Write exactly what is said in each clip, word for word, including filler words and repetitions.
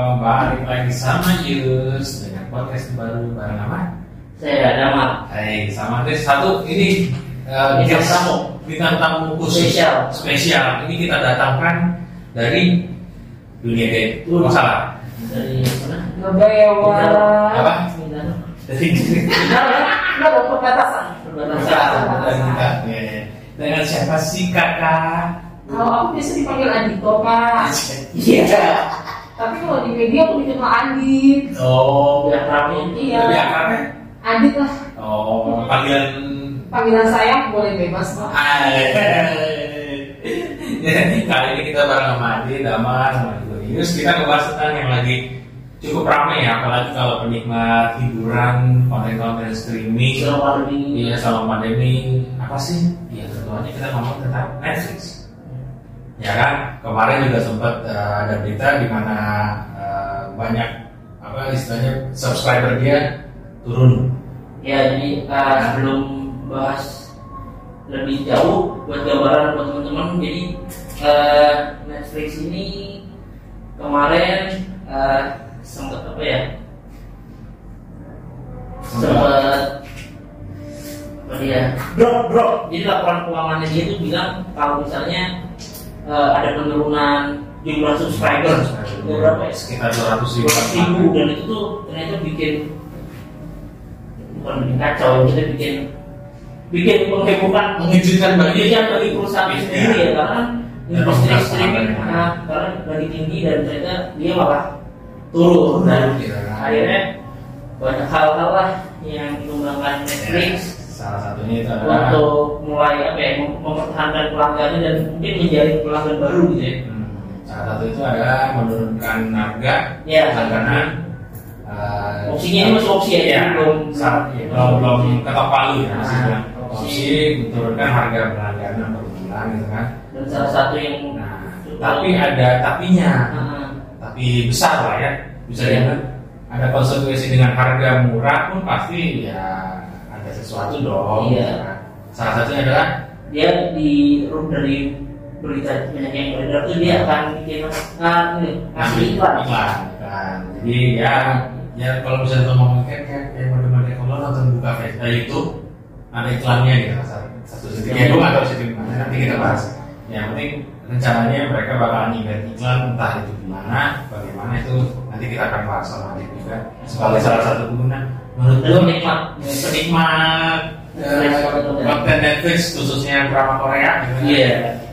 Balik lagi sama Yus dengan podcast baru bareng apa? Saya Dama. Hai, sama Chris. Satu ini uh, bintang tamu, bintang tamu khusus spesial. Spesial. Ini kita datangkan dari dunia game. Nggak salah. Dari mana? Ngebewa. Apa? Mindanao. Dari Nggak ada perbatasan. Perbatasan. Dengan siapa sih kakak? Kalau aku biasa dipanggil Adito, Pak. Iya. Tapi kalau di media aku dikenal Adit. Oh, Biar rame. Iya. lebih akrab ya? Adit lah. Oh, panggilan. Panggilan saya boleh bebas, Pak. Kali ini kita bareng sama Adi, Dama, sama Yus. Kita ngebahas tentang yang lagi cukup ramai ya, apalagi kalau penikmat hiburan, konten-konten streaming. Selama pandemi. Iya, selama pandemi apa sih? Iya, tentunya kita ngomong tentang Netflix. Ya kan, kemarin juga sempat uh, ada berita di mana uh, banyak apa istilahnya subscriber dia turun. Ya, jadi uh, sebelum bahas lebih jauh buat gambaran buat teman-teman, jadi uh, Netflix ini kemarin uh, sempat apa ya? Sempat apa dia? Drop, drop. Jadi laporan keuangannya dia itu bilang kalau misalnya uh, ada penurunan jumlah subscriber berapa ya? Sekitar dua ratus ribu, dan itu tuh ternyata bikin bukan bikin kacau, kita bikin bikin penghebohan, mengejutkan bagi mengejutkan bagi perusahaan itu sendiri ya, karena industri streaming nah, karena lagi tinggi dan ternyata dia malah turun, dan akhirnya banyak hal-hal lah yang dikembangkan Netflix. Salah satunya itu adalah untuk mulai apa ya, mem- mempertahankan pelanggannya dan mungkin menjadi pelanggan baru gitu ya. hmm, salah satu itu adalah menurunkan harga Ya, langganan. Uh, opsinya ini masih opsi ya, ya, belum saat, ya, belum belum ketok palu ya, maksudnya Nah, opsi menurunkan harga berlangganan per bulan gitu kan. dan salah satu yang Nah, tapi ada tapinya, uh, tapi besar lah ya, bisa Ya. dibilang ada konsekuensi dengan harga murah pun pasti ya ada sesuatu dong. Iya. Gitu kan. Salah satunya adalah dia di dari berita banyak yang beredar tuh dia akan bikin uh, ini, ngasih iklan. iklan kan. Jadi ya ya kalau misalnya ngomong kayak kayak kayak model-model kalau nonton buka Facebook YouTube ada iklannya gitu satu satu titik ya gue nggak tahu sih gimana, nanti kita bahas. Yang penting rencananya mereka bakalan embed iklan, entah itu gimana, bagaimana itu nanti kita akan bahas sama Adik juga sebagai salah satu pengguna. Menurut Dan gue penikmat. penikmat eh, konten Netflix khususnya drama Korea gitu kan. Iya.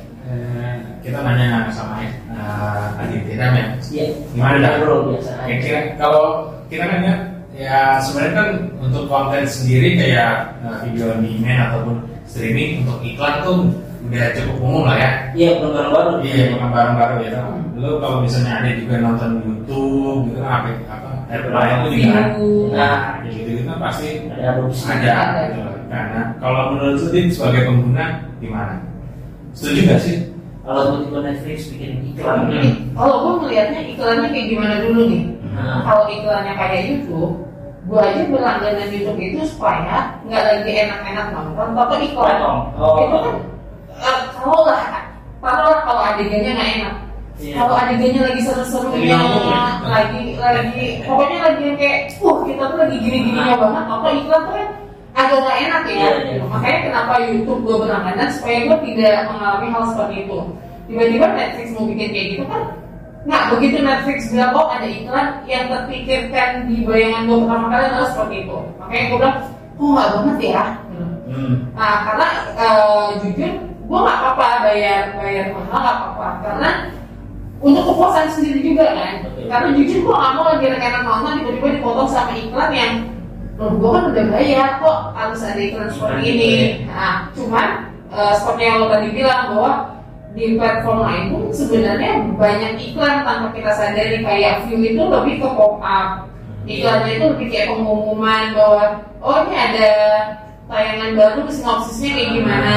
Eh, kita nanya sama uh, Adik Tidam ya. Iya. Gimana dah? Bro biasa. Ya, kira, kalau kita kan ya, ya sebenarnya kan untuk konten sendiri kayak uh, video on demand ataupun streaming untuk iklan tuh udah cukup umum lah ya. Iya, program baru. Iya, bukan barang baru ya. Lu kalau misalnya ada juga nonton YouTube gitu apa apa Airplay itu juga. Nah, gitu gitu kan pasti Ada adopsi. ada. Gitu. Karena kalau menurut lu Din, sebagai pengguna gimana? Setuju gak sih? Kalau tiba-tiba Netflix bikin iklan, Hmm. Kalau gue melihatnya iklannya kayak gimana dulu nih? Nah. Kalau iklannya kayak YouTube, gue aja berlangganan YouTube itu supaya nggak lagi enak-enak nonton, tapi iklan. Oh. Itu kan uh, kalau lah, taruhlah kalau adegannya nggak enak. Iya. Kalau adegannya lagi seru-serunya, Lagi nonton, ya? lagi lagi, pokoknya lagi yang kayak, uh kita tuh lagi gini-gininya banget, apa iklan tuh kan agak nggak enak ya. Iya, iya. Makanya kenapa YouTube gue berlangganan supaya gue tidak mengalami hal seperti itu. Tiba-tiba Netflix mau bikin kayak gitu kan, nggak begitu Netflix bilang oh ada iklan yang terpikirkan di bayangan gue pertama kali adalah seperti itu. Makanya gue bilang, oh nggak banget ya. Hmm. Nah karena uh, jujur gue nggak apa-apa bayar bayar mahal nggak apa-apa karena untuk kepuasan sendiri juga kan. Betul. Karena jujur gue nggak mau lagi enak-enak nonton tiba-tiba dipotong sama iklan yang loh gue kan udah bayar kok harus ada iklan seperti ini. Nah cuman uh, seperti yang lo tadi bilang bahwa di platform lain pun sebenarnya banyak iklan tanpa kita sadari, kayak view itu lebih ke pop up. Iklannya itu lebih kayak pengumuman bahwa oh ini ada tayangan baru, sinopsisnya kayak gimana.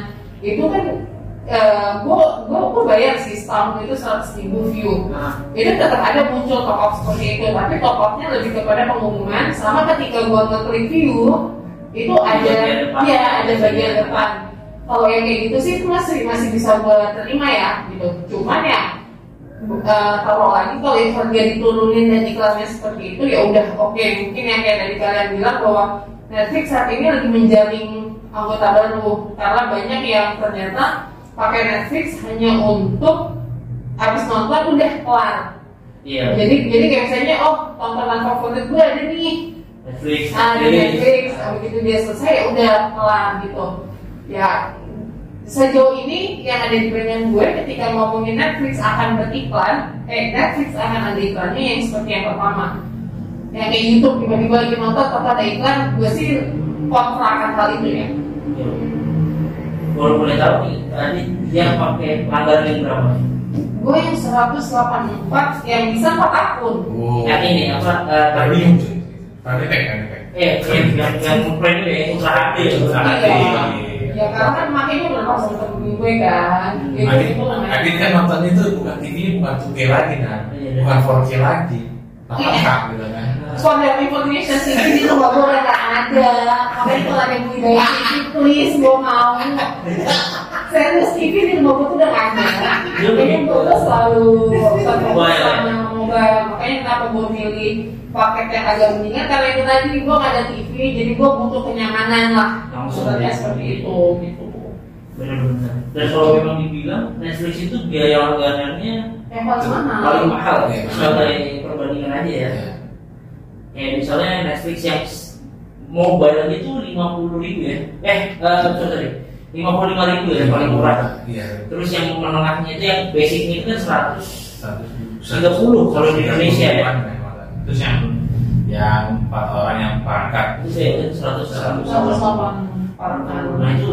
Itu kan gue gue gue bayar sih setahun itu seratus ribu view. Nah. Itu tetap ada muncul top up seperti itu, tapi top upnya lebih kepada pengumuman. Sama ketika gue ngeklik view itu ada ya ada bagian depan. Kalau yang kayak gitu sih itu masih masih bisa gue terima ya gitu. Cuman ya uh, taruh lagi kalau harga diturunin dan iklannya seperti itu ya udah oke okay. Mungkin yang kayak tadi kalian bilang bahwa Netflix saat ini lagi menjaring anggota baru karena banyak yang ternyata pakai Netflix hanya untuk habis nonton udah kelar. Iya. Jadi jadi kayak misalnya oh tontonan favorit gue ada nih Netflix. ah di Netflix, nah, begitu dia selesai ya udah kelar gitu. Ya sejauh ini yang ada di pikiran gue ketika ngomongin Netflix akan beriklan, eh Netflix akan ada iklannya yang seperti yang pertama. Yang kayak YouTube tiba-tiba lagi nonton tanpa ada iklan, gue sih kontra akan hal itu ya. Kalau boleh tahu nih, tadi dia pakai langganan yang berapa? Gue yang seratus delapan puluh empat yang bisa empat akun. Oh. Yang ini apa? Uh, Premium sih. Premium kan? Eh, yang yang yang premium ya, ultra H D, ultra H D. Ya karena kan makanya udah langsung temen gue kan. Adit, Adit kan nonton itu bukan T V, bukan two K lagi kan, bukan four K lagi, lengkap gitu kan. For the information T V di rumah gue udah gak ada. Makanya kalau ada yang beli dari T V, please gue mau. Serius T V di rumah gue tuh udah gak ada. Jadi gue tuh selalu fokus sama mobile. Makanya kenapa gue milih paket yang agak mendingan karena itu tadi gue gak ada T V, jadi gue butuh kenyamanan lah. Maksudnya seperti itu gitu. Benar-benar. Dan kalau memang dibilang Netflix itu biaya langganannya yang paling mahal. Paling mahal ya. Sebagai perbandingan aja ya. Kayak misalnya Netflix yang mobile itu lima puluh ribu ya. Eh, uh, sorry, lima puluh lima ribu ya paling murah. Iya. Terus yang menengahnya itu yang basicnya itu kan seratus tiga seratus puluh kalau di Indonesia ya. Terus yang yang empat orang yang perangkat Itu ya itu seratus seratus delapan Nah itu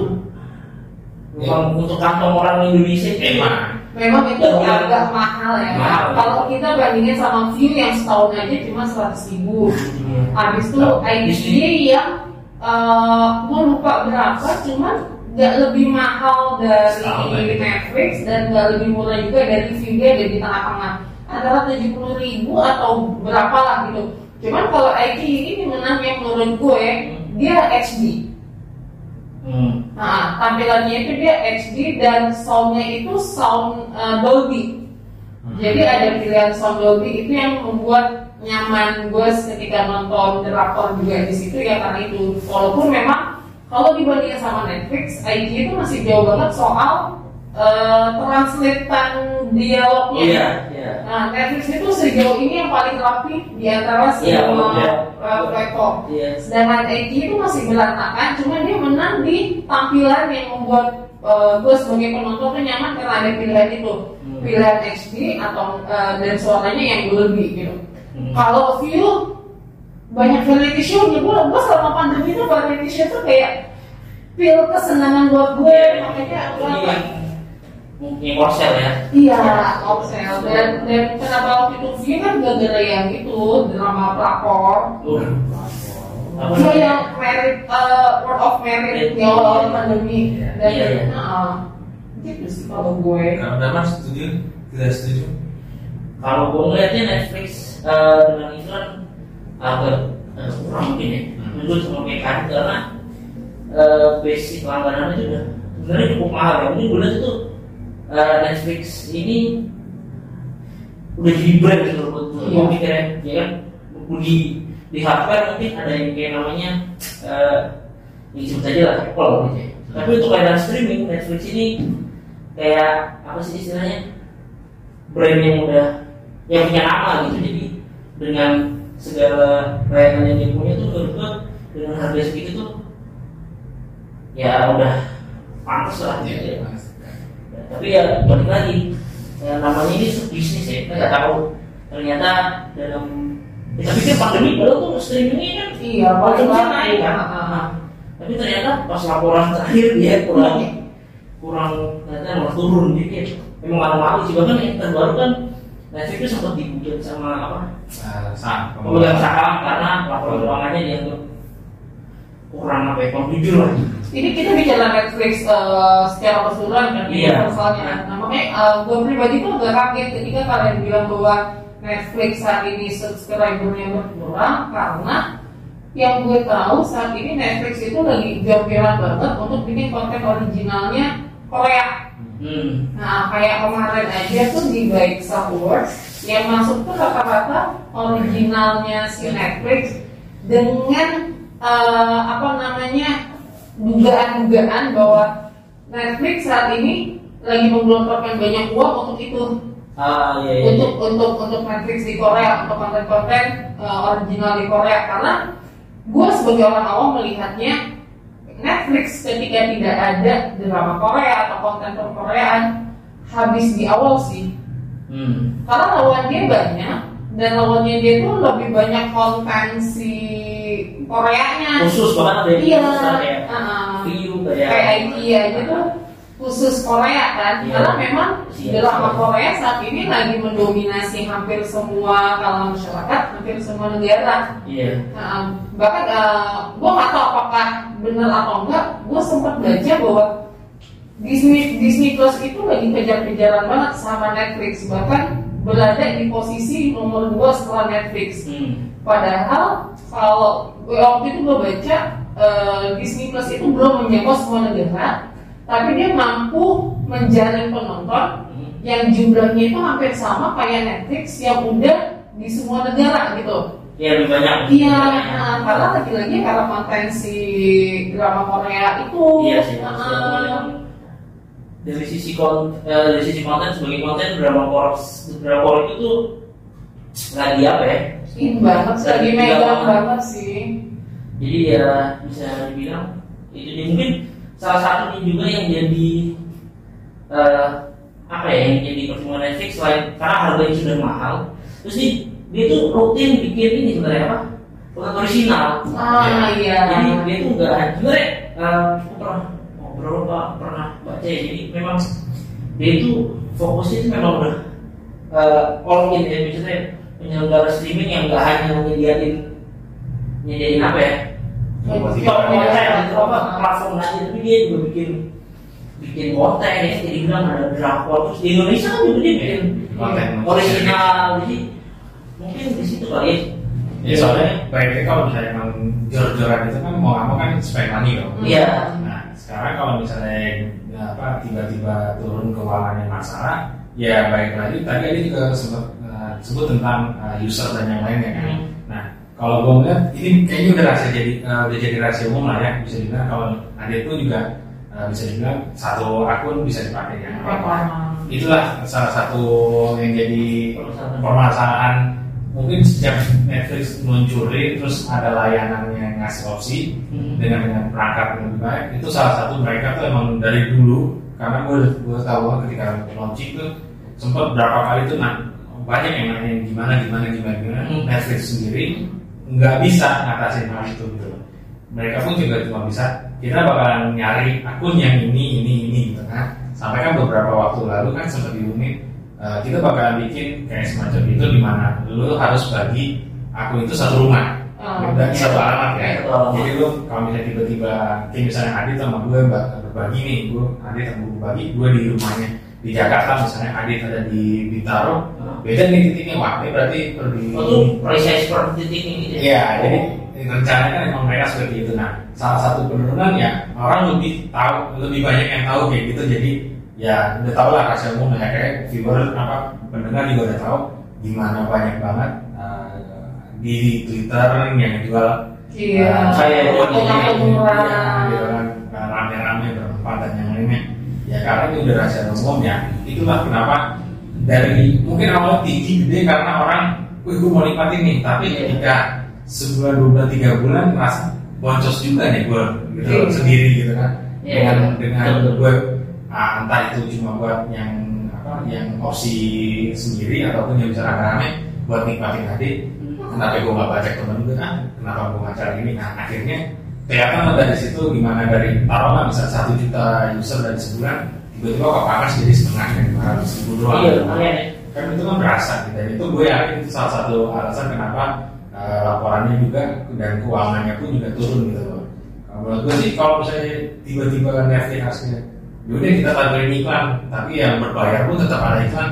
memang untuk kantong orang Indonesia emang memang itu Ya, agak mahal ya. mahal. Kalau kita bandingin sama view yang setahun aja cuma seratus ribu. Habis itu I G yang uh, gue lupa berapa, cuman nggak lebih mahal dari Netflix dan nggak lebih murah juga dari view dia ada di tengah-tengah antara tujuh puluh ribu atau berapa lah gitu. Cuman kalau I G ini menang yang menurut gue dia H D. Hmm. Nah, tampilannya itu dia H D dan soundnya itu sound uh, Dolby. Hmm. Jadi ada pilihan sound Dolby itu yang membuat nyaman gue ketika nonton drakor juga di situ ya karena itu. Walaupun memang kalau dibandingkan sama Netflix, I G itu masih jauh banget soal uh, translatean dialognya. Iya, iya. Nah, Netflix itu sejauh ini yang paling rapi di antara semua iya, uh, platform. Iya. Sedangkan I G itu masih berantakan, cuma dia menang di tampilan yang membuat uh, gue sebagai penonton tuh nyaman karena ada pilihan itu, hmm. pilihan H D atau uh, dan suaranya yang lebih gitu. Hmm. Kalau view banyak variety show, ya gue gue selama pandemi itu variety show tuh kayak feel kesenangan buat gue, makanya gue Iya. Mungkin korsel ya. iya, Korsel dan dan kenapa waktu itu view kan gara-gara yang itu drama pelakor. Uh. Apa Gue namanya? yang merit, uh, word of merit di awal-awal pandemi dan Iya, iya. uh, gitu sih kalau gue. Kalau Damar setuju? Tidak setuju? Kalau gue ngeliatnya Netflix uh, dengan iklan agak agak kurang mungkin ya. Menurut sama kayak kan karena uh, basic langganannya juga sebenarnya cukup mahal ya. Mungkin gue lihat itu uh, Netflix ini udah jadi brand gitu loh. Gue mikirnya ya kan di di hardware mungkin ada yang kayak namanya uh, yang sebut aja lah Apple gitu ya. Tapi untuk layanan streaming Netflix ini kayak apa sih istilahnya brand yang udah yang punya nama gitu. Jadi dengan segala layanan yang dia punya tuh menurut gue dengan harga segitu tuh ya udah pantas lah gitu ya. Ya, tapi ya balik lagi ya, namanya ini bisnis ya, kita nggak tahu ternyata dalam kita pikir pandemi padahal tuh streamingnya kan Iya, paling konsumsi banget. naik kan. Nah, tapi ternyata pas laporan terakhir dia kurang kurang ternyata malah turun dikit. Memang anomali sih, bahkan yang terbaru kan Netflix itu sempat digugat sama apa? Saham. Pemegang saham karena laporan keuangannya dianggap kurang apa ya, kurang jujur lah. Ini kita bicara Netflix uh, secara keseluruhan kan, Iya. misalnya. Nah, makanya uh, gue pribadi tuh agak kaget ketika kalian bilang bahwa Netflix saat ini subscribernya berkurang karena yang gue tahu saat ini Netflix itu lagi jor-joran banget untuk bikin konten originalnya Korea. Hmm. Nah, kayak kemarin aja tuh di Baik Awards yang masuk tuh rata-rata originalnya si Netflix dengan uh, apa namanya dugaan-dugaan bahwa Netflix saat ini lagi menggelontorkan banyak uang untuk itu. Ah, iya, iya. Untuk untuk untuk Netflix di Korea, untuk konten-konten uh, original di Korea, karena gue sebagai orang awam melihatnya Netflix ketika tidak ada drama Korea atau konten Koreaan habis di awal sih. Hmm. Karena lawan dia banyak dan lawannya dia tuh lebih banyak konten si Koreanya. Khusus banget ada yang Iya. khusus kayak Uh, View kayak kayak IKEA gitu khusus Korea kan. Iya. Karena memang Iya. drama Korea saat ini lagi mendominasi hampir semua kalangan masyarakat, hampir semua negara. Iya. Nah, bahkan uh, gue nggak tahu apakah benar atau enggak, gue sempat baca bahwa Disney Disney Plus itu lagi kejar-kejaran banget sama Netflix, bahkan berada di posisi nomor dua setelah Netflix. Hmm. Padahal kalau waktu itu gue baca uh, Disney Plus itu belum menjangkau semua negara, tapi dia mampu menjaring penonton Hmm. yang jumlahnya itu hampir sama kayak Netflix yang udah di semua negara gitu. Iya, lebih banyak. Iya, nah, karena lagi-lagi karena konten si drama Korea itu. Iya sih. uh, maksudnya dari sisi konten, dari sisi konten sebagai konten drama Korea, drama Korea itu tuh lagi apa ya? ini banget, lagi Lagi megang banget. banget sih. Jadi ya bisa dibilang itu dia mungkin salah satunya juga yang jadi eh, apa ya yang jadi pertimbangan Netflix selain karena harganya sudah mahal. Terus nih dia tuh rutin bikin ini sebenarnya apa? Konten original. Ah iya. Jadi dia tuh enggak sebenarnya eh, aku pernah ngobrol pak pernah baca ya. Jadi memang dia itu fokusnya itu memang udah eh, all in ya, misalnya penyelenggara streaming yang enggak hanya nyediain nyediain apa ya? Konten. konten atau apa platform aja, tapi dia juga bikin bikin konten ya. Jadi bilang ada drakor, terus di Indonesia kan juga dia bikin Konten. original. Jadi mungkin di situ kali ya. Ya soalnya baiknya kalau misalnya emang jor-joran itu kan mau nggak mau kan spend money dong. Iya. Nah sekarang kalau misalnya ya, apa tiba-tiba turun keuangannya masalah, ya baik lagi tadi ada juga sempat uh, sebut tentang uh, user dan yang lainnya kan. Hmm. Nah kalau gue melihat ini kayaknya udah rahasia jadi uh, udah jadi rahasia umum lah ya, bisa dibilang kalau ada itu juga uh, bisa dibilang satu akun bisa dipakai ya. Itulah salah satu yang jadi permasalahan. Mungkin sejak Netflix meluncuri terus ada layanan yang ngasih opsi Hmm. dengan dengan perangkat yang lebih baik, itu salah satu mereka tuh emang dari dulu, karena gue gue tahu ketika launching tuh sempat berapa kali tuh nah, banyak yang nanya gimana gimana gimana gimana. Hmm. Netflix sendiri nggak bisa ngatasin hal itu gitu. Mereka pun juga cuma bisa kita bakalan nyari akun yang ini ini ini gitu kan. Sampai kan beberapa waktu lalu kan sempat diumumin Uh, kita bakalan bikin kayak semacam itu di mana lu harus bagi akun itu satu rumah Oh, dan iya. satu alamat ya. Oh. Jadi lu kalau misalnya tiba-tiba kayak misalnya Adit sama gue bak- berbagi nih, gue Adit sama gue berbagi, gue di rumahnya di Jakarta misalnya, Adit ada di Bintaro, beda nih titiknya, wah ini berarti perlu di Oh tuh precise per titiknya gitu ya? Iya, jadi rencananya kan emang mereka seperti itu. Nah, salah satu penurunan ya orang lebih tahu, lebih banyak yang tahu kayak gitu. Jadi ya udah tau lah rahasia umum ya, kayak viewer apa pendengar juga udah tahu gimana banyak banget uh, di Twitter yang jual Iya. uh, Kayak akun-akun murah. ya, gitu kan, uh, rame-rame berempat dan yang lainnya. Ya karena itu udah rahasia umum ya. Itulah kenapa dari mungkin awalnya tinggi gede karena orang, wih gue mau nikmatin nih, tapi ketika sebulan dua bulan tiga bulan merasa boncos juga nih gue gitu Iya. sendiri gitu kan. Iya. Dengan dengan Betul. gue ah, entah itu cuma buat yang apa yang opsi sendiri ataupun yang bisa rame-rame buat nikmatin tadi. Kenapa gue nggak baca temen gue kan? Kenapa gue nggak cari ini? Nah akhirnya kelihatan dari situ gimana dari taruhlah bisa satu juta user dari sebulan tiba-tiba kepangkas jadi setengah dari lima ratus ribu doang. Iya, makanya. Kan itu kan berasa gitu. Dan itu gue yakin itu salah satu alasan kenapa uh, laporannya juga dan keuangannya pun juga turun gitu loh. Nah, menurut gue sih kalau misalnya tiba-tiba Netflix hasilnya yaudah kita tampilin iklan, tapi yang berbayar pun tetap ada iklan.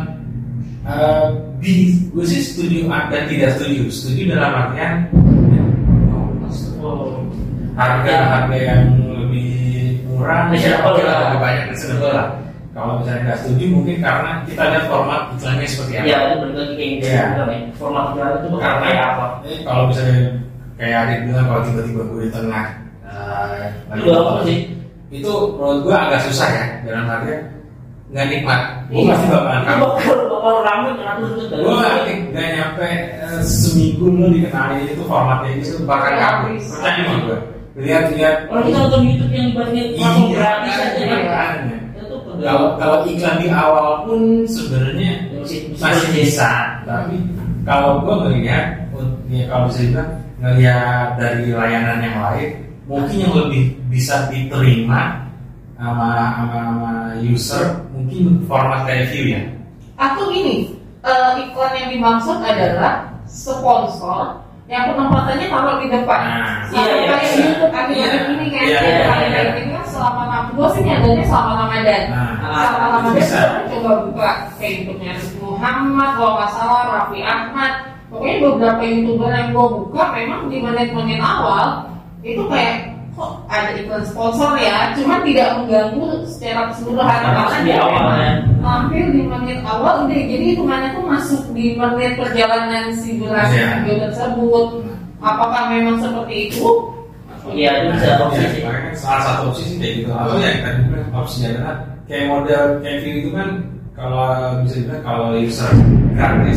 Uh, di, gue sih setuju dan tidak setuju. Setuju dalam artian Oh. harga-harga yang lebih murah, ya oke lah, lebih banyak reasonable lah. Kalau misalnya nggak setuju mungkin karena kita lihat format iklannya seperti apa. Iya, itu benar kayak gitu. Iya. Format iklan itu bakal Karena kayak apa? eh, kalau misalnya kayak Adit bilang kalau tiba-tiba gue di tengah eh, lagi Itu apa nonton, sih? itu menurut gue agak susah ya dalam artian nggak nikmat. Gue Iya. pasti bakalan Itu kabur. bakal bakal rame ratus itu. Gue nggak nyampe eh, seminggu lo dikenalin itu formatnya itu bakal kabur. Percaya sama gue. Lihat-lihat. Kalau kita nonton YouTube yang ibaratnya langsung Iya, gratis aja kan. makanya. Itu tuh Kalau kalau iklan di awal pun sebenarnya masih masih bisa, tapi kalau gue ngelihat, ya kalau bisa juga ngelihat dari layanan yang lain, mungkin yang lebih bisa diterima sama sama, sama user, mungkin format kayak view ya. Atau ini eh, iklan yang dimaksud adalah sponsor yang penempatannya taruh di depan. Nah, Sama iya, iya, kayak iya. YouTube akhir-akhir Iya. ini kan, Iya, kayak iya, akhir-akhir iya. ini kan selama Ramadan. Gue sih nyadanya selama Ramadan. Nah, Selama Ramadan bisa. saya coba buka kayak YouTube-nya Rizky Muhammad, kalau nggak salah Raffi Ahmad. Pokoknya beberapa YouTuber yang gue buka memang di menit-menit awal itu kayak kok ada iklan sponsor ya, cuma tidak mengganggu secara keseluruhan Karena karena di dia awal ya. tampil di menit awal udah, jadi hitungannya tuh masuk di menit perjalanan si durasi Iya. video tersebut. Apakah memang seperti itu? Iya, itu bisa opsi Ya, sih. makanya salah satu opsi sih kayak gitu. Atau yang tadi bilang opsinya adalah kayak model kayak view itu kan kalau bisa dibilang kalau user gratis,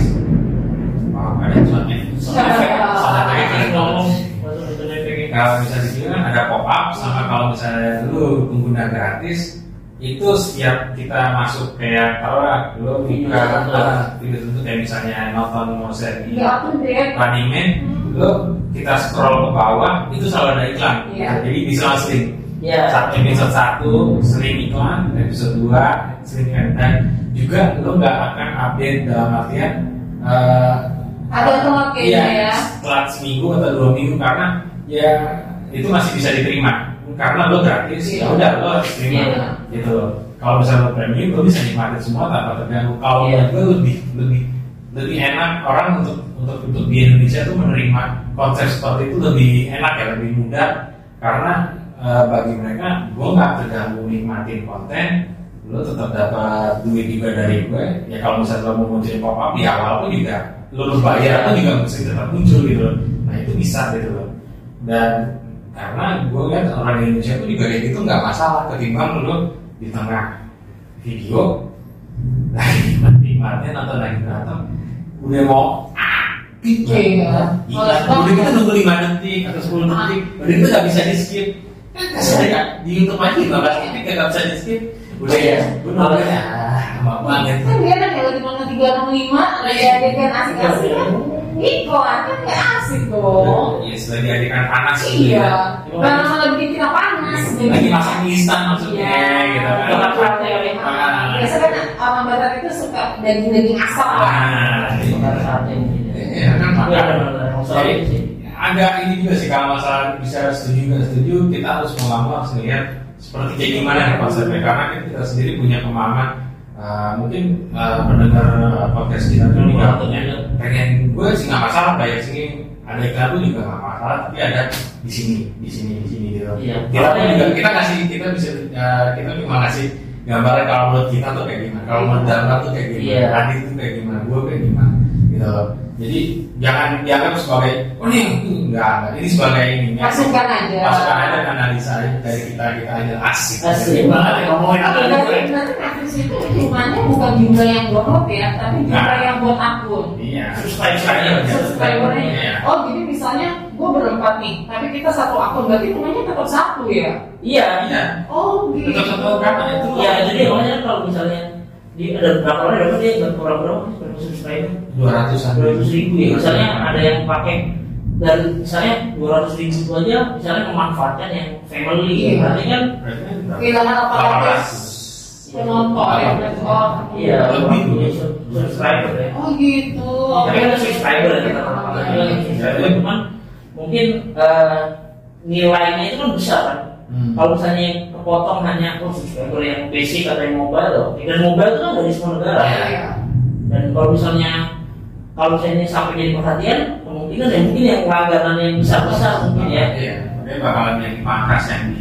wah ada cuannya. Sound effect, sound effect Ini kan ngomong masuk itu efeknya. kalau bisa dibilang ada pop up sama kalau misalnya lu pengguna gratis itu setiap kita masuk kayak taruhlah lu Video buka tertentu. ah, video tertentu kayak misalnya nonton konser di Nggak update. Running Man, lu kita scroll ke bawah itu selalu ada iklan. Iya. Jadi bisa langsung Iya. saat episode satu sering iklan, episode dua sering iklan. Dan juga lu nggak akan update dalam artian eh, Ada telat kayaknya iya, ya. telat seminggu atau dua minggu karena ya itu masih bisa diterima karena lo gratis ya udah lo harus terima Iya. gitu. Kalau misalnya lo premium lo bisa nikmatin semua tanpa terganggu. Kalau Iya. menurut gue lebih lebih lebih enak orang untuk untuk untuk di Indonesia tuh menerima konsep seperti itu lebih enak ya, lebih mudah karena eh, bagi mereka gue nggak terganggu nikmatin konten, lo tetap dapat duit juga dari gue. Ya kalau misalnya lo mau munculin pop up di awal pun juga lo bayar pun juga mesti tetap muncul gitu loh. Nah itu bisa gitu loh. Dan karena gue lihat orang Indonesia itu juga kayak gitu nggak masalah ketimbang lo di tengah video lagi nikmatnya nonton lagi berantem udah mau aktif Iya. iya udah kita nunggu lima detik atau sepuluh detik udah itu nggak bisa di skip kan kasih ya di YouTube aja lima belas detik nggak bisa di skip udah ya gue nunggu ya lama banget Kan dia kan kalau di mana tiga enam lima lagi adegan asik-asik kan. Iklan kan nggak asik dong. ya selagi adegan panas gitu Iya. ya. Karena malah bikin kita panas. lagi masak mie instan maksudnya Iya. gitu kan Praktek ya. Ah. Biasa kan orang barat itu suka daging-daging asap lah. Ah, iya. Bukan saatnya mungkin ya. Iya, kan Iya, makanya. benar-benar. Masalah itu sih. Agak ini juga sih kalau masalah bisa setuju nggak setuju kita harus mengawal harus melihat seperti kayak gimana ya konsepnya karena kan kita sendiri punya pemahaman uh, mungkin uh, pendengar uh, podcast kita tuh juga punya pengen gue sih nggak masalah bayar sini ada iklan tuh juga nggak masalah tapi ada di sini di sini di sini gitu Iya. kita pun juga kita kasih kita bisa uh, kita cuma kasih gambaran kalau menurut kita tuh kayak gimana kalau menurut Damar tuh kayak gimana Iya. Radit tuh kayak gimana gue kayak gimana gitu loh. Jadi jangan dianggap sebagai oh nih enggak, enggak. Ini sebagai ini ya. Masukkan aja. Masukkan aja dan analisa aja dari kita kita aja asik. Asik. banget ya ngomongin apa Berarti berarti Netflix itu hitungannya bukan jumlah yang download ya, tapi jumlah Nah. yang buat akun. Iya, subscriber Subscribernya. Iya. Oh jadi misalnya gue berempat nih, tapi kita satu akun berarti hitungannya tetap satu ya? Iya. Iya. Oh gitu. Tetap satu berapa itu? Iya, jadi makanya kalau misalnya di ada berapa orang dapat dia nggak kurang berapa berapa subscriber dua ratusan. dua ratus ribu ya misalnya ada yang pakai dan misalnya dua ratus ribu itu aja misalnya memanfaatkan yang family Iya. berarti kan Kehilangan apa delapan lagi? ratus. Penonton ya. Oh iya Lebih. punya sub- subscriber ya Oh gitu. tapi kan subscriber ya kita subscriber cuman mungkin eh, nilainya itu kan besar kan. Hmm. Kalau misalnya yang kepotong hanya oh, subscriber yang basic atau yang mobile loh. Dan mobile itu kan dari semua negara. Iya. Dan kalau misalnya kalau misalnya sampai jadi perhatian, kemungkinan ya mungkin yang langganan yang besar besar mungkin ya. Iya. Makanya bakalan yang dipangkas yang di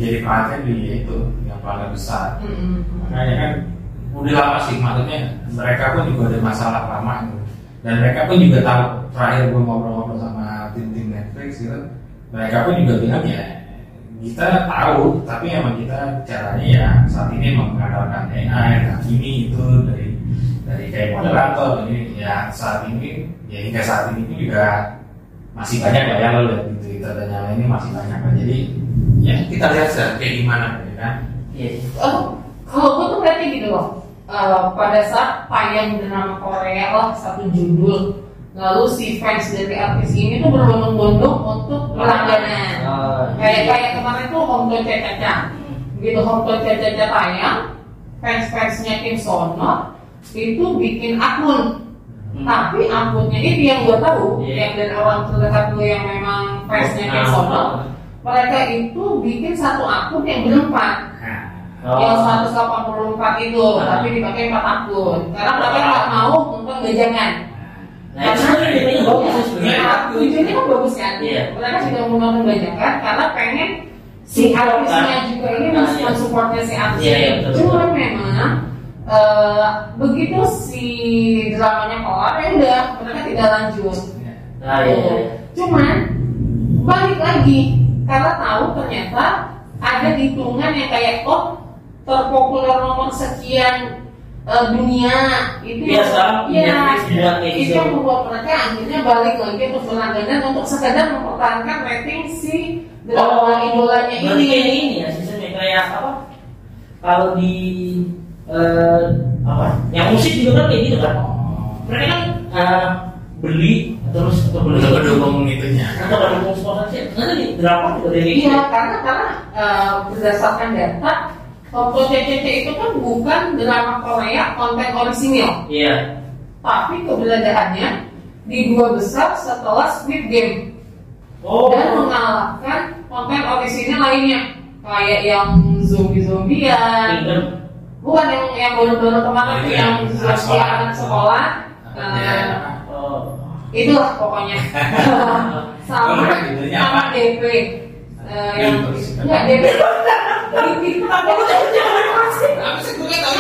jadi perhatian di itu yang pelanggan besar. Mm-hmm. Makanya kan udah lama sih, maksudnya mereka pun juga ada masalah lama gitu. Dan mereka pun juga tahu, terakhir gue ngobrol-ngobrol sama tim-tim Netflix gitu, mereka pun juga bilang ya kita tahu, tapi emang kita caranya ya saat ini mengandalkan A I, nah ini itu dari dari kayak moderator ini ya saat ini ya hingga saat ini juga masih banyak ya lo lihat di Twitter dan yang lain ini masih banyak kan, jadi ya kita lihat kayak gimana ya kan. Iya. Oh, kalau gue tuh berarti gitu loh. Uh, pada saat tayang drama Korea lah satu judul, lalu si fans dari artis ini tuh berbondong-bondong untuk berlangganan. Uh, Kayak kayak kemarin tuh Hongkong Caca-Caca, gitu Hongkong Caca-Caca tayang, fans-fansnya Kim Sono itu bikin akun. Hmm. Tapi akunnya ini yang gue tahu, yeah. yang dari orang terdekat gue yang memang fansnya Kim Sono, mereka itu bikin satu akun yang berempat. Oh. Yang seratus delapan puluh empat itu, nah. tapi dipakai empat akun. Karena mereka nggak mau nonton gajangan. Nah, karena tujuannya bagus, ya, tujuannya kan bagus kan. Yeah. Mereka juga mau nonton gajangan karena pengen si artisnya juga ini nah, yeah. mensupportnya si artisnya. Yeah, yeah, Cuma memang uh, begitu si dramanya kelar, ya udah mereka tidak lanjut. Nah, yeah, yeah. Cuman balik lagi karena tahu ternyata ada hitungan yang kayak oh terpopuler nomor sekian uh, dunia itu biasa ya, ya itu yang membuat mereka akhirnya balik lagi untuk berlangganan untuk sekadar mempertahankan rating si drama oh, idolanya ini. Berarti kayak ini ya sistemnya kayak apa? Kalau di uh, apa? Yang musik juga kan kayak gitu kan? Mereka kan uh, beli terus atau beli mendukung itunya atau mendukung sponsorship. Nanti drama juga dari iya karena karena uh, berdasarkan data Hongkong Caca-Caca itu kan bukan drama Korea konten orisinil. Iya. Tapi keberadaannya di dua besar setelah Squid Game. Oh. Dan mengalahkan konten orisinil lainnya kayak yang zombie-zombian. Bukan yang yang baru-baru kemarin oh, yang zombie anak sekolah. Uh, oh. Itulah pokoknya. sama sama D P. Uh, yang enggak D P. Ini kenapa lu jangan masih? Apa sih gue tahu?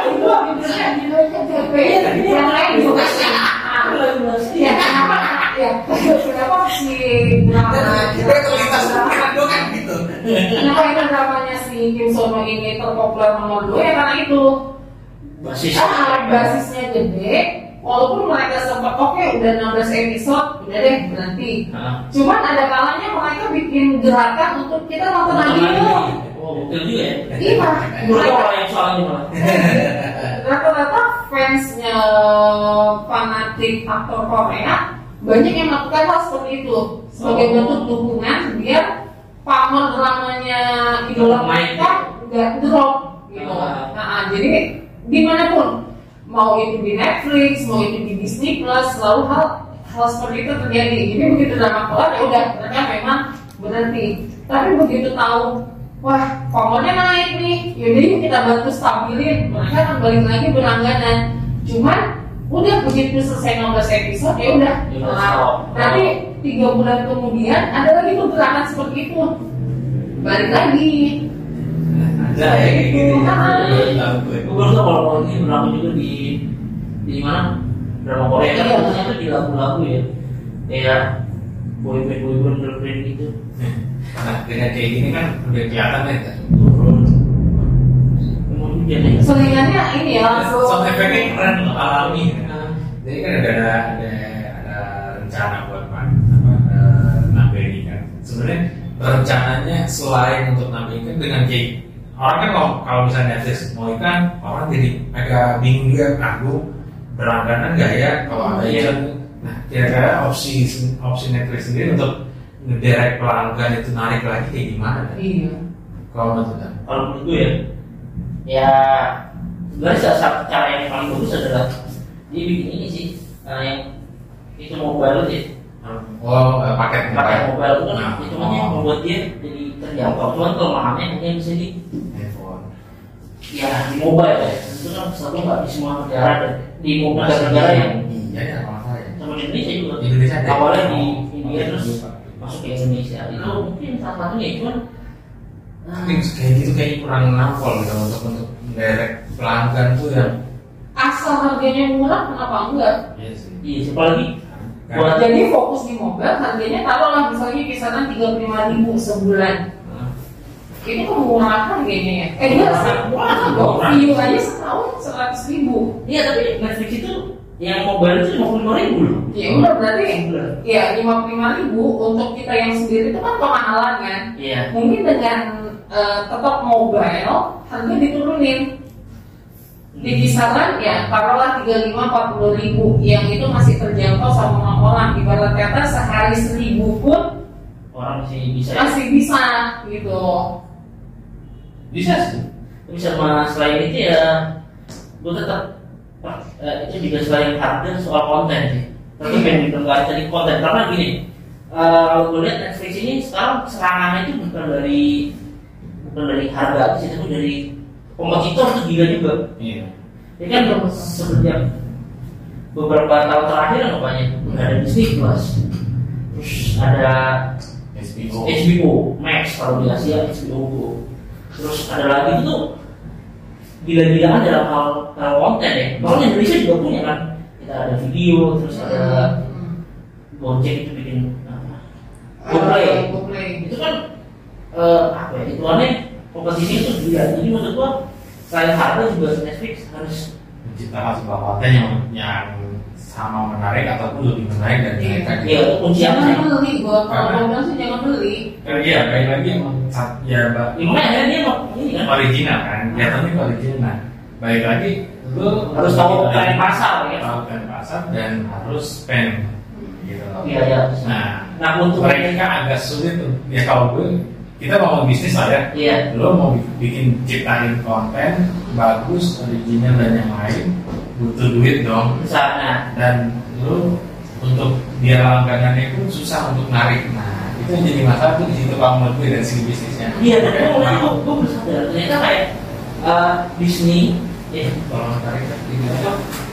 Yang lain juga sih. Ya kenapa? Ya kenapa si drama? Kita terlintas kan gitu. Kenapa itu dramanya si Kim Sono ini terpopuler nomor dua ya karena itu basisnya basisnya gede. Walaupun mereka sempat oke okay, udah enam belas episode udah deh berhenti. Cuman ada kalanya mereka bikin gerakan untuk kita nonton lagi yuk. Oh, betul juga ya? Iya. Mereka yang soalnya rata-rata fansnya fanatik aktor Korea banyak yang melakukan hal seperti itu sebagai oh. bentuk dukungan biar pamor dramanya idola mereka nggak drop gitu. Oh. Nah, jadi dimanapun mau itu di Netflix, mau itu di Disney Plus, selalu hal hal seperti itu terjadi. Jadi begitu drama kelar ya udah mereka memang berhenti. Tapi begitu tahu wah, pamornya naik nih, yaudah yuk kita bantu stabilin. Mereka akan balik lagi berlangganan. Cuman udah begitu selesai enam belas episode ya udah. Nah, nanti tiga bulan kemudian ada lagi tuh gerakan seperti itu, balik lagi. Ada ya kayak gitu. Gue baru tau kalau kalau ini berlaku juga di di mana drama Korea kan ternyata di lagu-lagu ya, kayak boyband boyband girlfriend gitu. Nah, dengan kayak gini kan udah kelihatan ya turun. Selingannya ini ya langsung. Sound efeknya keren loh, alami. Jadi kan ada ada ada rencana buat apa nambahin kan. Sebenarnya rencananya selain untuk nambahin kan dengan kayak orang kan kalau, kalau misalnya Netflix mau ikan orang jadi agak bingung juga, aku berlangganan nggak ya kalau ada iklan. Nah, kira-kira opsi opsi Netflix sendiri untuk ngedirect pelanggan itu narik lagi kayak gimana? Iya. Kalau menurut kan? Kalau menurut gue ya, ya sebenarnya salah satu cara yang paling bagus adalah dia bikin ini sih, uh, yang itu mobile sih. Oh, uh, paket paket mobile itu kan nah, hitungannya oh. membuat dia jadi terjangkau. Cuman kelemahannya mungkin bisa di handphone. Ya di mobile ya. Itu kan satu nggak di semua negara dan di mobile negara yang iya ya kalau saya. Sama Indonesia juga. Indonesia awalnya di India terus masuk ke Indonesia itu mungkin salah satunya cuman Tapi kayak gitu kayaknya kurang nampol gitu untuk untuk direct pelanggan tuh yang asal harganya murah kenapa enggak? iya sih. Iya, siapa lagi? Kan? Buat Jadi fokus di mobile harganya taruhlah misalnya kisaran tiga puluh lima ribu sebulan. Ini kok murah harganya ya? Eh dia murah dong. View aja setahun seratus ribu. Iya, tapi Netflix itu yang mobile itu lima puluh lima ribu loh. Ya udah berarti Udah. ya lima puluh lima ribu untuk kita yang sendiri itu kan kemahalan kan. Iya. Mungkin dengan eh, tetap mobile harga diturunin di kisaran ya taruhlah tiga puluh lima sampai empat puluh ribu yang itu masih terjangkau sama orang-orang. Ibarat kata sehari seribu pun Orang masih bisa. masih bisa gitu. Bisa sih. Tapi sama selain itu ya, gue tetap eh, itu juga selain harga soal konten sih. Tapi pengen diperlukan dari konten karena gini, eh, kalau gue lihat Netflix ini sekarang serangannya itu bukan dari bukan dari harga sih, tapi dari kompetitor tuh gila juga. Iya. Ya kan sejak beberapa tahun terakhir namanya ada Disney Plus, terus ada H B O. H B O Max kalau di Asia H B O Go. Terus ada lagi itu gila-gilaan dalam hal, hal konten ya. Kalau Indonesia juga punya kan, kita ada video, terus ada Gojek itu bikin apa? GoPlay. Eh, GoPlay. Itu kan eh, apa ya? Itu aneh kompetisi itu gila. Jadi maksud gua selain harga juga Netflix harus Menciptakan sebuah konten yang yang sama menarik ataupun lebih menarik dari Iya. mereka. Iya, itu kuncinya. Jangan beli, gua kalau Karena- gua bilang sih jangan beli. Karena iya, baik lagi emang sat- ya mbak Ya, makanya akhirnya dia mau ini kan original kan, jatuhnya ke original. Baik lagi, lu harus tahu tren pasar ya. tahu tren pasar dan harus spend gitu loh. Iya ya. Nah, Nah untuk mereka agak sulit tuh. Ya kalau gue, kita mau bisnis lah ya. iya. Lo mau bikin ciptain konten bagus, original dan yang lain, butuh duit dong. Misalnya Dan lo untuk biar langganannya pun susah untuk narik. Nah, itu yang jadi masalah tuh di situ kalau menurut gue dari segi bisnisnya. iya, dan Kayak gue mulai mau- gue gue bersadar ternyata kayak eh, Disney ya kalau tarik kan ini apa?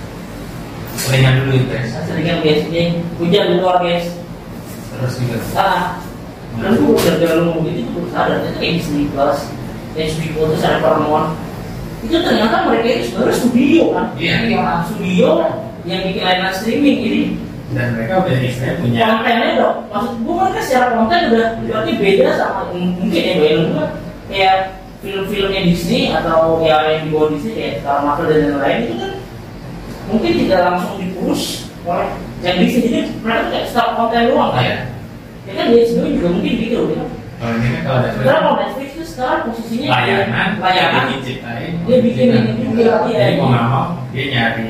Selingan dulu itu ya. seringan guys ini hujan di luar guys. Terus juga. Ah, dan gue gara-gara lu ngomong gitu gue sadar ternyata kayak Disney Plus, H B O terus ada Paramount itu ternyata mereka itu sebenarnya studio kan. Iya. Iya. Studio yang bikin layanan streaming ini Dan mereka udah istilahnya punya. kontennya udah maksud gue mereka secara konten udah berarti beda sama mungkin ya bayang gue kayak film-filmnya Disney atau ya yang di bawah Disney kayak Star Marvel dan lain-lain itu kan mungkin tidak langsung dipush oleh yang Disney jadi mereka tuh kayak star konten doang kan. Iya. Ya kan dia sebenarnya juga mungkin gitu ya. Kalau ini kan kalau ada Sebenarnya kalau Netflix itu sekarang posisinya layanan, layanan dia ciptain. dia bikin ini juga iya. Jadi mau nggak mau dia nyari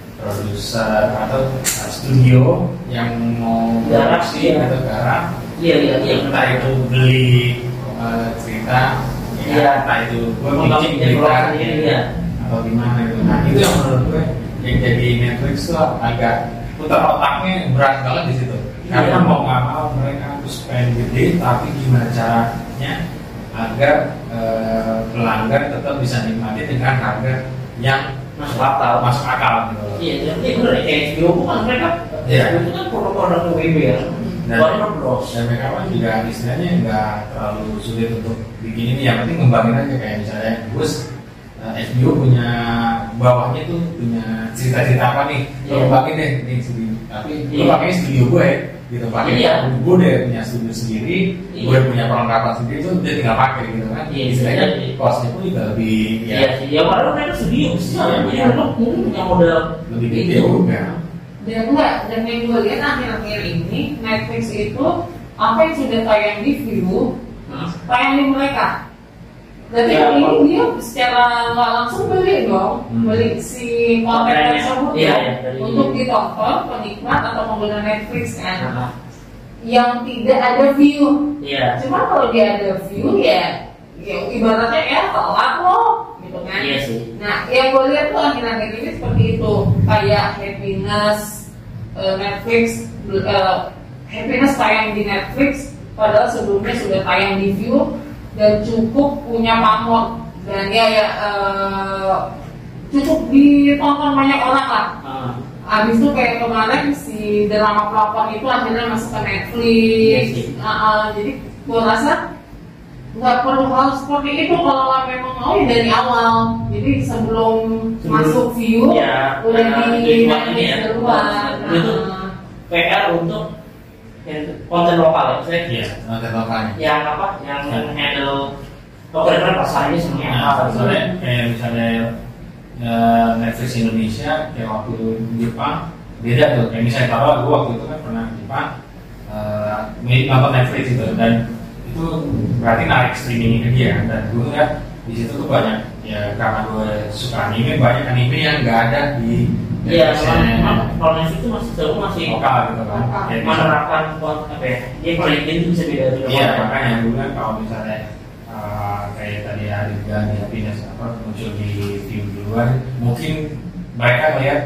produser atau uh, studio yang mau Garap, produksi iya. atau garap. Iya iya iya. Entah itu beli uh, cerita, ya, Iya. entah itu gue Membangun bikin develop cerita, sendiri, iya. atau gimana itu. Nah itu yang menurut gue yang jadi Netflix tuh agak putar otaknya berat banget di situ. Karena Iya. mau nggak mau mereka harus spend gede, tapi gimana caranya agar uh, pelanggan tetap bisa nikmati dengan harga yang Masuk akal. masuk akal gitu. Iya, jadi benar ya kayak H B O bukan mereka. Iya. H B O itu kan produk-produk W B ya. Dan- Warner Bros. Dan mereka kan juga istilahnya nggak terlalu sulit untuk bikin ini, yang penting ngembangin aja kayak misalnya Gus uh, H B O punya bawahnya tuh punya cerita-cerita apa nih, lo Iya. kembangin deh ini sendiri, tapi lo Iya. pakai studio gue gitu, pakai Iya. gue deh punya studio sendiri, Iya. gue punya perlengkapan sendiri tuh dia tinggal pakai gitu kan, Iya, istilahnya iya. costnya pun juga lebih ya Iya sih, ya padahal mereka studio sih. Iya, Jadi iya. mereka mungkin punya modal lebih gede itu. juga. Dan enggak, dan yang gue lihat akhir-akhir ini Netflix itu apa yang sudah tayang di view Hmm. tayang di mereka. Jadi Ya, ini kalau- dia secara nggak langsung beli dong, Hmm. beli si konten Kontennya. tersebut Iya, dong, iya, dari- untuk ditonton penikmat atau pengguna Netflix kan, Nah, yang tidak ada view. iya. Cuma kalau dia ada view ya, ya ibaratnya ya telat loh, gitu kan. Iya sih. Nah, yang gue lihat tuh akhir-akhir ini seperti itu, kayak Happiness, eh, Netflix, eh, Happiness tayang di Netflix, padahal sebelumnya sudah tayang di View dan cukup punya pamor dan ya ya eh, cukup ditonton banyak orang lah. Ah, Abis itu kayak kemarin si drama pelakon itu akhirnya masuk ke Iya Netflix. sih. Ah, ah, jadi gue rasa nggak perlu hal seperti itu kalau memang mau ya dari awal. Jadi sebelum, sebelum masuk view ya, udah uh, di ini ya, duluan. Itu P R untuk konten lokal ya, saya. Iya, konten lokalnya. Yang apa? Yang handle lokal kan pasarnya semuanya. Nah, misalnya kayak misalnya uh, Netflix Indonesia kayak waktu di Jepang beda tuh. Kayak misalnya kalau gue waktu itu kan pernah di Jepang uh, nonton Netflix gitu dan itu berarti narik streaming ke dia dan gue lihat di situ tuh banyak ya karena gue suka anime banyak anime yang nggak ada di iya memang kalau Netflix itu masih jauh masih lokal gitu kan menerapkan apa ya dia paling itu bisa beda juga iya makanya gue kan kalau misalnya uh, kayak tadi Arizga di Happiness apa muncul di view duluan mungkin mereka melihat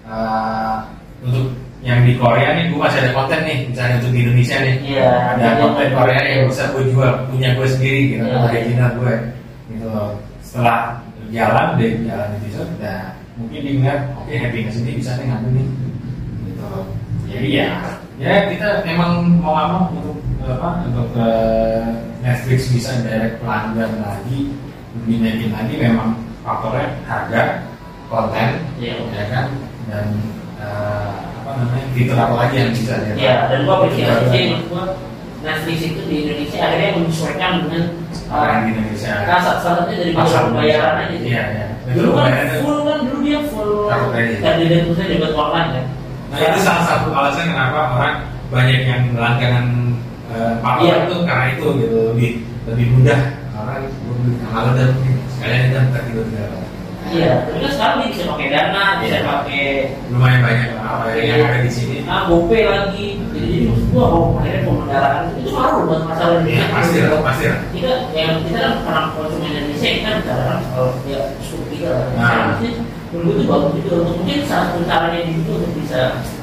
uh, untuk yang di Korea nih gue masih ada konten nih misalnya untuk di Indonesia nih iya, ada iya, konten iya. Korea yang bisa gue jual punya gue sendiri gitu Iya. original gue gitu setelah jalan deh jalan episode udah mungkin dia ngeliat oke okay, Happiness ini bisa nih ngambil nih gitu jadi ya ya kita memang mau apa untuk apa untuk uh, Netflix bisa direct pelanggan lagi lebih naikin lagi memang faktornya harga konten Iya. ya kan dan uh, apa namanya fitur apa lagi yang bisa dia ya dan gua apresiasi sih menurut gua Netflix itu di Indonesia akhirnya menyesuaikan dengan orang di Indonesia kasar syaratnya dari pasar bayaran aja sih. iya iya Dulu kan full kan dulu dia full Kartu kredit. kandidat khususnya debat online kan. Nah itu salah satu alasan kenapa orang banyak yang langganan uh, paket Iya. itu karena itu gitu lebih lebih mudah orang kalau dan sekalian dan tak tidur tidur Iya, tapi kan sekarang dia bisa pakai Dana, bisa Iya. pakai lumayan banyak apa yang ada di sini ah GoPay lagi. Jadi jadi maksud gua kalau akhirnya pemeliharaan itu ngaruh buat masalah iya Indonesia. pasti lah pasti lah Kita yang kita kan karena konsumen Indonesia kita bicara soal ya suku kita lah. Nah. Jadi menurut itu bagus juga untuk mungkin salah satu caranya di situ untuk bisa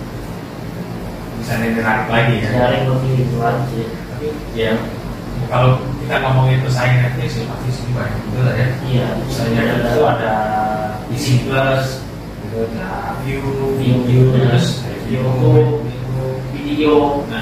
bisa menarik lagi ya sharing lebih itu aja. tapi ya kalau kita ngomongin pesaing Netflix ya pasti sih banyak juga lah ya Iya, misalnya itu ada Disney Plus gitu ada View View, View ya. terus View, View video. nah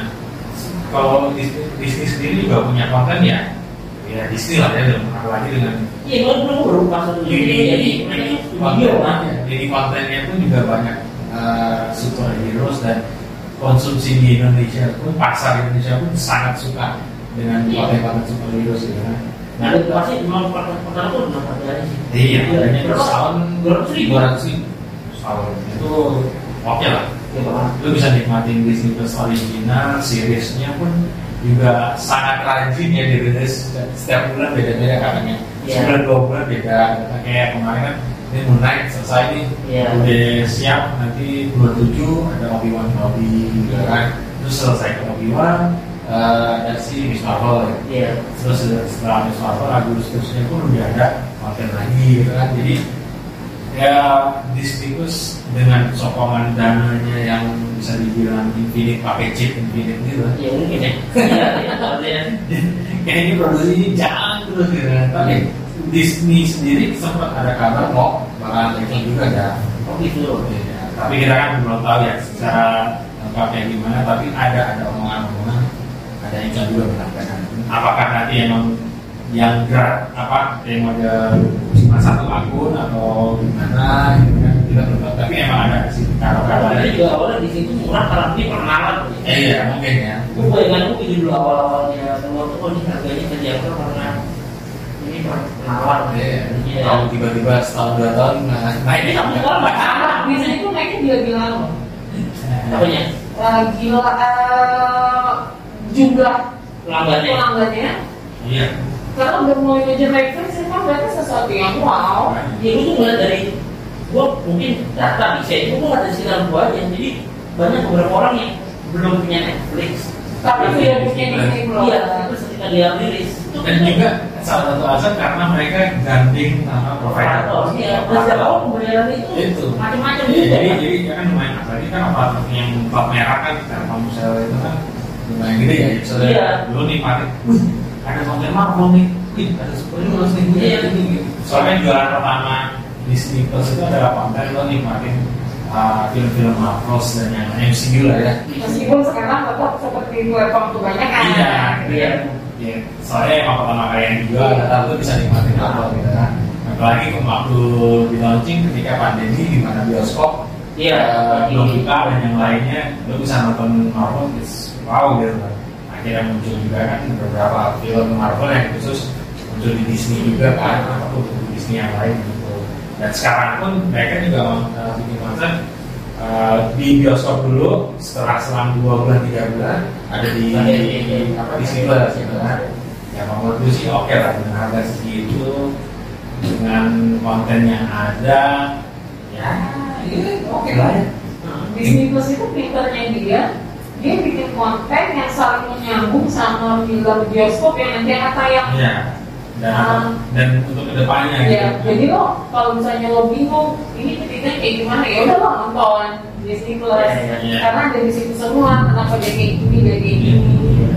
kalau Disney, Disney sendiri juga punya konten ya ya Disney lah ya apalagi dengan Iya, kalau belum baru pas itu Uni jadi mereka video kan. jadi kontennya pun juga banyak uh, superheroes dan konsumsi di Indonesia pun pasar Indonesia pun sangat suka dengan Iya. konten-konten superheroes gitu kan. Nah, itu pasti memang pertama pun belum ada sih. Iya, harganya Berapa? setahun dua ratus ribu. dua ratus ribu setahun itu oke lah. Ya, Pak. Lu bisa nikmatin Disney Plus original, seriesnya pun juga sangat rajin ya dirilis setiap bulan beda-beda katanya. Iya. Sebulan dua bulan beda. Kayak kemarin kan ini Moon Knight selesai nih, Iya. udah siap nanti bulan tujuh ada Obi-Wan Kenobi gitu kan. Terus selesai ke Obi-Wan uh, ada si Miss Marvel ya. Iya. Terus setelah Miss Marvel Agustusnya pun udah ada konten lagi gitu kan. Jadi ya Disney Plus dengan sokongan dananya yang bisa dibilang infinite pakai chip infinite gitu Ya mungkin ya. Iya, iya, iya. kayaknya produksinya jalan terus gitu kan. Tapi Disney sendiri sempat ada kabar mau bakalan naik juga ya. Oh gitu. Ya, tapi kita kan belum tahu ya secara lengkapnya gimana. Tapi ada ada omongan-omongan, ada iklan juga menambahkan. Apakah nanti emang yang gerak apa yang ada cuma satu akun atau gimana gitu kan kita belum tahu. Tapi emang ada sih Kalau kabar-kabarnya. ini juga awalnya di situ murah karena ini perkenalan. Eh iya mungkin ya. Gue bayangan gue ini dulu awal-awalnya keluar tuh oh ini harganya terjangkau karena ini perkenalan. Iya. Iya. Kalau tiba-tiba setahun dua tahun nah, naik Ini ya. kamu kan masalah. Disney itu naiknya gila-gila loh. Apanya? Eh, gila eh, jumlah Pelanggannya. pelanggannya Iya. karena udah mulai ngejar Netflix itu kan berarti sesuatu yang wow. Ya gue tuh ngeliat dari gue mungkin data bisa itu gue ngeliat dari sekitar gue aja. Jadi banyak beberapa orang yang belum punya Netflix Tapi Tapi dia Disney punya Plus. Disney Plus. iya itu ketika dia rilis itu Dan juga salah satu alasan karena mereka gandeng nama provider. operator iya dan setiap tahun pembayaran itu Itu. macam-macam Iya, juga jadi kan. jadi ya kan lumayan apalagi kan operator yang plat merah kan Telkomsel itu kan lumayan gede ya. Misalnya Iya. dulu nih Parit, wih ada konten Marvel nih, wih ada superhero nih, wih, Iya. ada ini, gitu. Soalnya jualan pertama Disney Plus itu adalah konten lo nikmatin uh, film-film Marvel dan yang M C U lah ya. Meskipun sekarang tetap seperti platform kebanyakan. Iya, Iya. Ya ya soalnya emang pertama kali yang dijual data lu bisa nikmatin apa gitu kan. Apalagi waktu di launching ketika pandemi di mana bioskop Iya, uh, belum buka dan yang lainnya lu bisa nonton Marvel, wow gitu kan. Akhirnya muncul juga kan beberapa film Marvel yang khusus muncul di Disney juga kan, ataupun di Disney yang lain gitu. Dan sekarang pun mereka juga uh, bikin konsep uh, di bioskop dulu, setelah selang dua bulan tiga bulan ada di apa Disney Plus gitu kan. Ya menurut gue sih oke lah dengan harga segitu, dengan konten yang ada, ya ini oke lah ya. Disney Plus itu pinternya dia, dia bikin konten yang saling menyambung sama film bioskop yang nanti akan tayang. Iya. Dan Um, dan untuk kedepannya ya, gitu. jadi lo kalau misalnya lo bingung ini ceritanya kayak gimana, ya udah lo nonton Disney Plus, Ya, ya, ya. karena ada di situ semua kenapa dia kayak gini, dia kayak gini.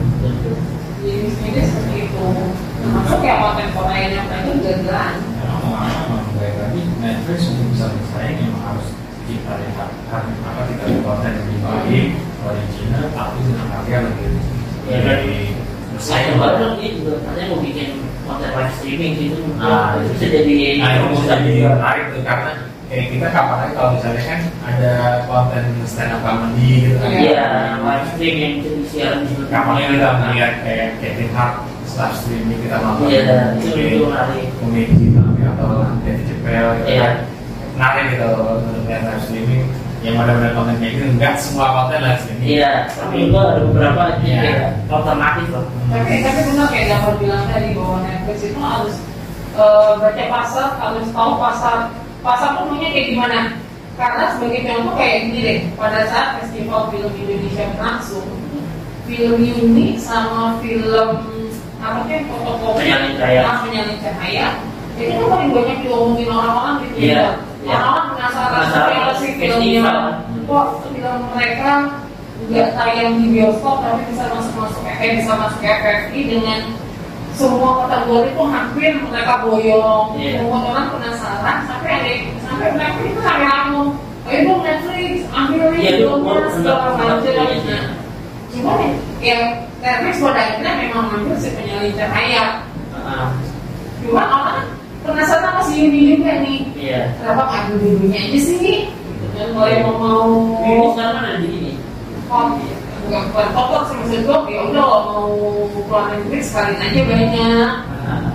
Jadi Disney itu seperti itu. Termasuk kayak konten Korea yang mereka juga jalan. Memang baik lagi Netflix untuk bisa bersaing memang harus kita lihat harus apa kita lihat konten yang lebih baik, original, tapi dengan harga lebih Ya, lebih Saya bersaing. baru dia juga katanya mau bikin konten live streaming gitu. Nah, itu bisa jadi Nah itu bisa jadi menarik tuh karena kayak kita kapan aja kalau misalnya kan ada konten stand up comedy gitu kan. Iya, live stream yang bisa disiaran di Kapan aja kita melihat kayak Kevin Hart live streaming kita nonton. Iya, itu itu menarik. Komedi tapi atau Dave Chappelle gitu Iya. kan. Menarik gitu untuk lihat live streaming yang ada-ada konten kayak gitu, enggak semua konten live streaming. Iya, tapi juga ada beberapa Iya. kayak alternatif loh. Tapi tapi benar kayak Gafar bilang tadi bahwa Netflix itu harus uh, baca pasar, harus tahu pasar pasar umumnya kayak gimana. Karena sebagai contoh kayak gini deh, pada saat festival film Indonesia berlangsung, film Yuni sama film apa sih foto-foto Penyalin Cahaya. ah, Penyalin Cahaya itu kan paling banyak diomongin orang-orang gitu. Iya, iya. Orang-orang penasaran Penasaran seperti apa sih festival. filmnya. Kok film mereka nggak tayang di bioskop tapi bisa masuk-masuk eh bisa masuk F F I dengan semua kategori itu hampir mereka boyong. Iya. Semua orang penasaran sampai ada sampai mereka itu sampai langsung ayo dong Netflix ambil nih Iya, filmnya itu segala benar, macam. benar. Nah, cuma ya Netflix pada akhirnya memang ngambil si Penyalin Cahaya. Ah, Cuma orang penasaran sama si Yuni juga nih. Iya. Kenapa nggak ambil dulunya aja sih? Gitu kan, kalau yang mau mau Ini sekarang kan ada di sini. oh, bukan bukan kotor sih maksud gue, ya udah kalau mau keluar Netflix sekalian aja banyak. Ah.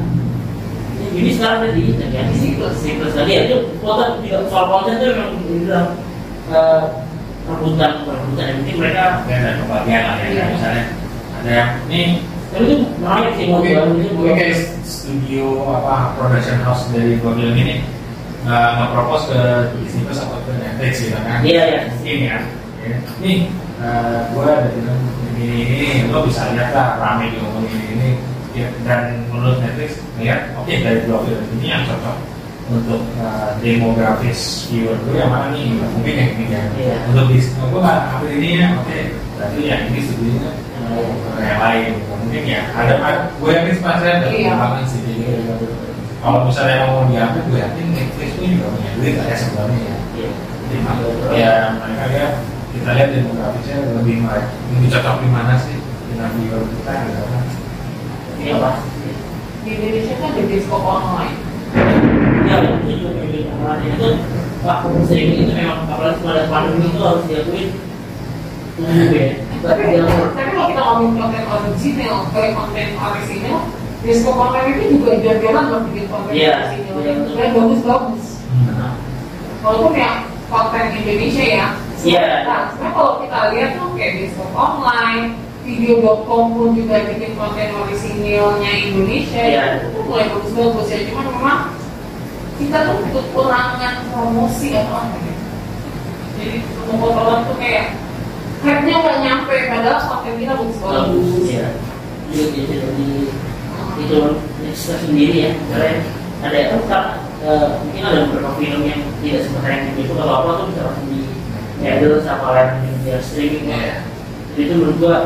Ini sekarang ada di ini ya. Di situ. Siklus tadi ya itu konten juga soal konten itu memang dibilang eh, rebutan rebutan yang penting mereka. Ya, ada kebagian lah ya. Iya. Misalnya ada yang nih Tapi itu menarik sih mau mungkin jual ini mungkin kayak studio apa production house dari dua film ini nggak nggak propose ke Disney Plus atau ke Netflix gitu kan. Iya, iya. Ini ya. Ya. Nih uh, gue ada film ini ini lo bisa lihat lah rame di ngomong ini ini ya, dan menurut Netflix lihat oke dari dua film ini yang cocok untuk uh, demografis viewer gue yang mana nih mungkin yang ini ya. Iya. Untuk bis gue nggak ambil ini ya oke berarti yang ini studionya uh, yang lain mungkin ya ada gue yakin pasti ada Iya. perkembangan sih jadi kalau misalnya mau diambil gue yakin Netflix pun juga punya duit lah ya sebenarnya ya. Iya. Jadi ya mereka lihat kita lihat demografisnya lebih lebih cocok di mana sih dengan viewer kita gitu kan. Iya pak. Di Indonesia kan ada bioskop online. Ya itu juga berbeda. Kemarin itu waktu streaming itu memang apalagi pada pandemi itu harus diakuin tumbuh ya. Tapi, Tapi yang tapi kalau kita ngomong konten original, kayak konten original, bioskop online itu juga jalan-jalan loh bikin konten Iya, original iya, betul. yang bagus-bagus. Hmm. Walaupun ya konten Indonesia ya. Iya. Nah, sebenarnya kalau kita lihat tuh kayak bioskop online, video dot com pun juga bikin konten originalnya Indonesia, Iya. itu tuh mulai bagus-bagus ya. Cuman memang kita tuh kekurangan promosi atau apa ya. Jadi pengetahuan tuh kayak hype-nya nggak nyampe, padahal konten kita bagus-bagus. bagus ya. Juga bisa jadi itu kita sendiri ya. Karena ada itu kan eh, mungkin ada beberapa film yang tidak seperti yang itu kalau apa tuh bisa langsung di edit sama lain media streaming ya. Iya. Jadi itu menurut gua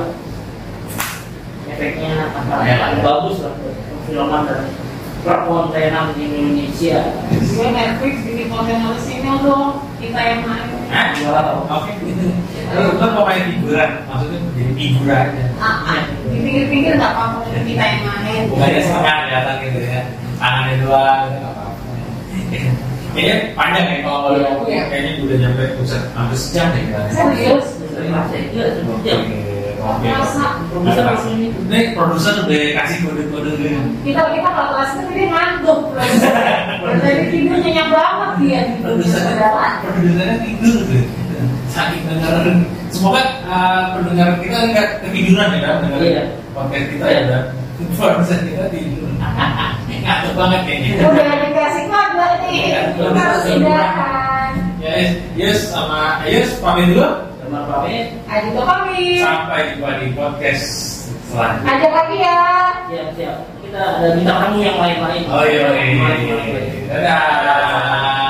efeknya apa Iya. bagus lah buat filman dan perkontenan di Indonesia. Juga Netflix bikin konten original dong, kita yang main. Hah? Wow. Oke gitu. Lo lo mau main hiburan, maksudnya jadi hiburan aja. Ah, ah. Ini dipikir-pikir nggak apa-apa kita yang main. Bukannya setengah kelihatan gitu ya, tangannya doang gitu nggak apa-apa. Kayaknya panjang ya kalau boleh ngomong ya, kayaknya udah nyampe pusat hampir sejam deh kita. Serius? Sejam. Oke. Produser langsung ini. Ini produser udah kasih kode-kode gitu. Kita kita kalau kelas itu dia ngantuk. Dari tidur nyenyak banget dia. Produsernya, produsernya tidur tuh. Saking dengerin. Semoga uh, pendengar kita nggak ketiduran ya kan dengerin Iya. podcast kita ya dan produser kita tidur. Ngantuk banget kayaknya. Udah dikasih kode nih. Kita harus udahan. Ya, yes, yes sama Ayus pamit dulu. Sama pamit. Ayo juga kami. Sampai jumpa di podcast selanjutnya. Ajak lagi ya. Siap siap. Kita ada bintang tamu yang lain-lain. Oh iya, iya, iya. Dadah.